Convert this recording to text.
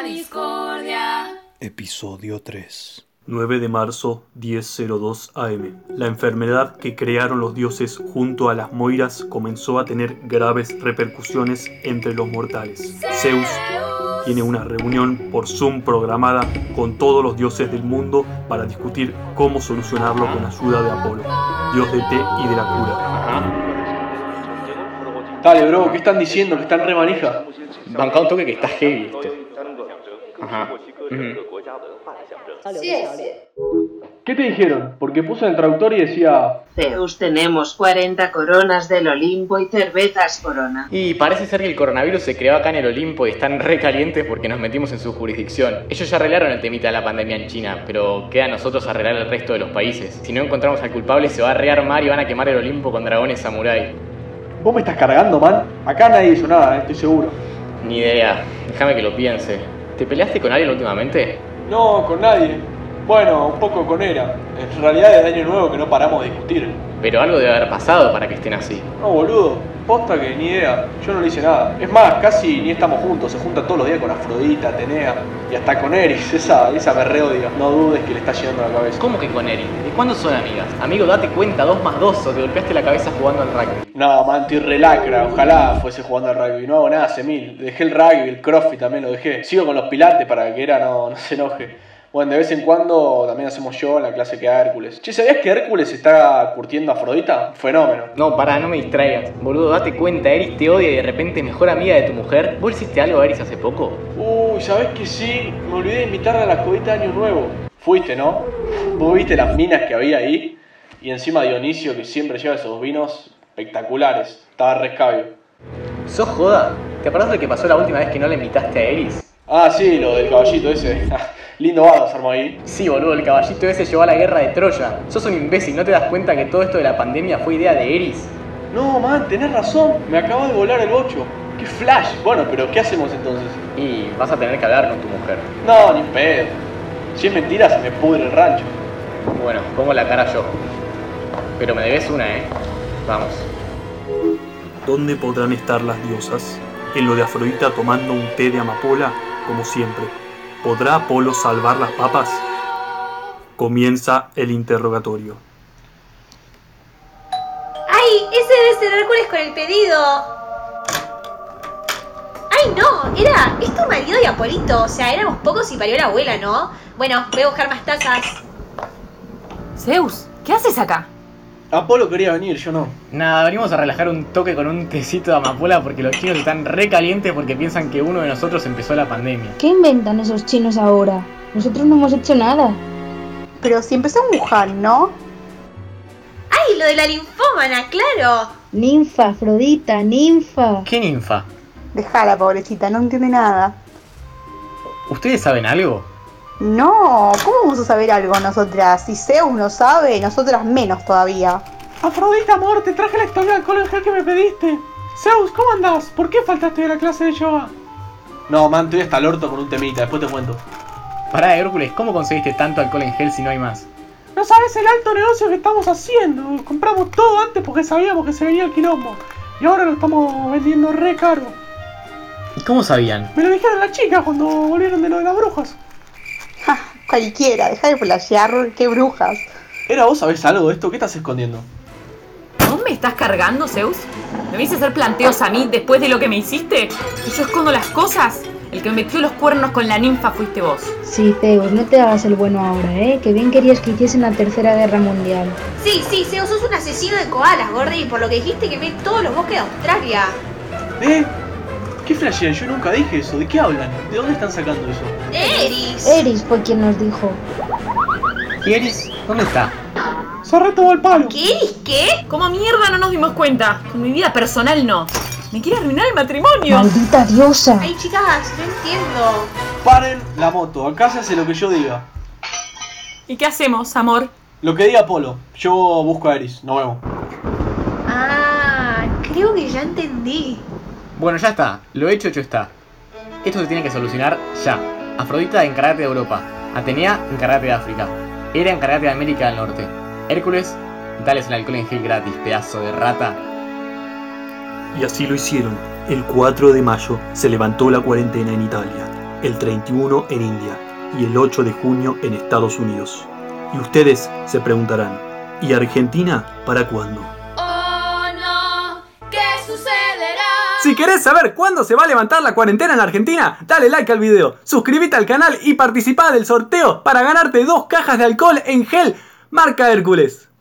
la discordia. Episodio 3. 9 de marzo, 10:02 am. La enfermedad que crearon los dioses junto a las moiras comenzó a tener graves repercusiones entre los mortales. Zeus tiene una reunión por Zoom programada con todos los dioses del mundo para discutir cómo solucionarlo con ayuda de Apolo, dios del té y de la cura. Dale, bro, ¿qué están diciendo? Que están re manija. Banca un toque que está heavy esto. Ajá. ¿Qué te dijeron? Porque puse en el traductor y decía... Zeus, tenemos 40 coronas del Olimpo y cervezas corona. Y parece ser que el coronavirus se creó acá en el Olimpo y están re calientes porque nos metimos en su jurisdicción. Ellos ya arreglaron el temita de la pandemia en China, pero queda a nosotros arreglar el resto de los países. Si no encontramos al culpable se va a rearmar y van a quemar el Olimpo con dragones samurái. ¿Vos me estás cargando, man? Acá nadie hizo nada, estoy seguro. Ni idea, déjame que lo piense. ¿Te peleaste con alguien últimamente? No, con nadie. Bueno, un poco con Hera. En realidad desde Año Nuevo que no paramos de discutir. Pero algo debe haber pasado para que estén así. No, boludo. Posta que ni idea. Yo no le hice nada. Es más, casi ni estamos juntos. Se junta todos los días con Afrodita, Atenea y hasta con Eris. Esa me reodia. No dudes que le está llegando a la cabeza. ¿Cómo que con Eri? ¿De cuándo son amigas? Amigo, date cuenta, 2 más 2 o te golpeaste la cabeza jugando al rugby. No, man, estoy relacra. Ojalá fuese jugando al rugby. No hago nada hace mil. Dejé el rugby, el crossfit también lo dejé. Sigo con los pilates para que Hera no se enoje. Bueno, de vez en cuando también hacemos yoga en la clase que da Hércules. Che, ¿sabías que Hércules está curtiendo a Afrodita? Fenómeno. No, pará, no me distraigas. Boludo, date cuenta, Eris te odia y de repente es mejor amiga de tu mujer. ¿Vos hiciste algo a Eris hace poco? Uy, ¿sabés que sí? Me olvidé de invitarla a la jodita de Año Nuevo. Fuiste, ¿no? Vos viste las minas que había ahí. Y encima Dionisio, que siempre lleva esos vinos espectaculares. Estaba re escabio. ¿Sos joda? ¿Te acordás de lo que pasó la última vez que no le invitaste a Eris? Ah, sí, lo del caballito ese. Lindo vado se armó ahí. Sí, boludo, el caballito ese llevó a la guerra de Troya. Sos un imbécil, ¿no te das cuenta que todo esto de la pandemia fue idea de Eris? No, man, tenés razón. Me acabo de volar el bocho. ¡Qué flash! Bueno, pero ¿qué hacemos entonces? Y vas a tener que hablar con tu mujer. No, ni pedo. Si es mentira, se me pudre el rancho. Bueno, pongo la cara yo. Pero me debes una, Vamos. ¿Dónde podrán estar las diosas? ¿En lo de Afrodita tomando un té de amapola? Como siempre. ¿Podrá Apolo salvar las papas? Comienza el interrogatorio. ¡Ay! Ese debe ser Hércules con el pedido. ¡Ay, no! Es tu marido y Apolito. O sea, éramos pocos y parió la abuela, ¿no? Bueno, voy a buscar más tazas. Zeus, ¿qué haces acá? Apolo quería venir, yo no. Nada, venimos a relajar un toque con un tecito de amapola porque los chinos están re calientes porque piensan que uno de nosotros empezó la pandemia. ¿Qué inventan esos chinos ahora? Nosotros no hemos hecho nada. Pero si empezó en Wuhan, ¿no? ¡Ay, lo de la linfómana, claro! Ninfa, Afrodita, ninfa. ¿Qué ninfa? Dejala, pobrecita, no entiende nada. ¿Ustedes saben algo? No, ¿cómo vamos a saber algo nosotras? Si Zeus no sabe, nosotras menos todavía. Afrodita, amor, te traje la historia de alcohol en gel que me pediste. Zeus, ¿cómo andás? ¿Por qué faltaste de la clase de yoga? No, man, estoy hasta el orto con un temita, después te cuento. Pará, Hércules, ¿cómo conseguiste tanto alcohol en gel si no hay más? No sabes el alto negocio que estamos haciendo. Compramos todo antes porque sabíamos que se venía el quilombo. Y ahora lo estamos vendiendo re caro. ¿Y cómo sabían? Me lo dijeron las chicas cuando volvieron de lo de las brujas. Ja, cualquiera, deja de flashear, qué brujas. Era, ¿vos sabés algo de esto? ¿Qué estás escondiendo? ¿Vos me estás cargando, Zeus? ¿Me vienes a hacer planteos a mí después de lo que me hiciste? ¿Y yo escondo las cosas? El que me metió los cuernos con la ninfa fuiste vos. Sí, Zeus, no te hagas el bueno ahora, Que bien querías que hiciesen la Tercera Guerra Mundial. Sí, Zeus, sos un asesino de koalas, Gordy, por lo que dijiste quemé todos los bosques de Australia. ¿Qué flashean? Yo nunca dije eso. ¿De qué hablan? ¿De dónde están sacando eso? ¡Eris! Eris fue quien nos dijo. ¿Y Eris? ¿Dónde está? Se retomó el palo. ¿Qué, Eris? ¿Qué? ¿Cómo mierda no nos dimos cuenta? Con mi vida personal no. Me quiere arruinar el matrimonio. ¡Maldita diosa! Ay, chicas, no entiendo. Paren la moto. Acá se hace lo que yo diga. ¿Y qué hacemos, amor? Lo que diga Apolo. Yo busco a Eris. Nos vemos. Ah, creo que ya entendí. Bueno, ya está. Lo hecho está. Esto se tiene que solucionar ya. Afrodita, encárgate de Europa. Atenea, encárgate de África. Hera, encárgate de América del Norte. Hércules, dales el alcohol en gel gratis, pedazo de rata. Y así lo hicieron. El 4 de mayo se levantó la cuarentena en Italia. el 31 en India y el 8 de junio en Estados Unidos. Y ustedes se preguntarán, ¿y Argentina para cuándo? Oh no, ¿qué sucederá? Si querés saber cuándo se va a levantar la cuarentena en Argentina, dale like al video, suscríbete al canal y participá del sorteo para ganarte 2 cajas de alcohol en gel marca Hércules.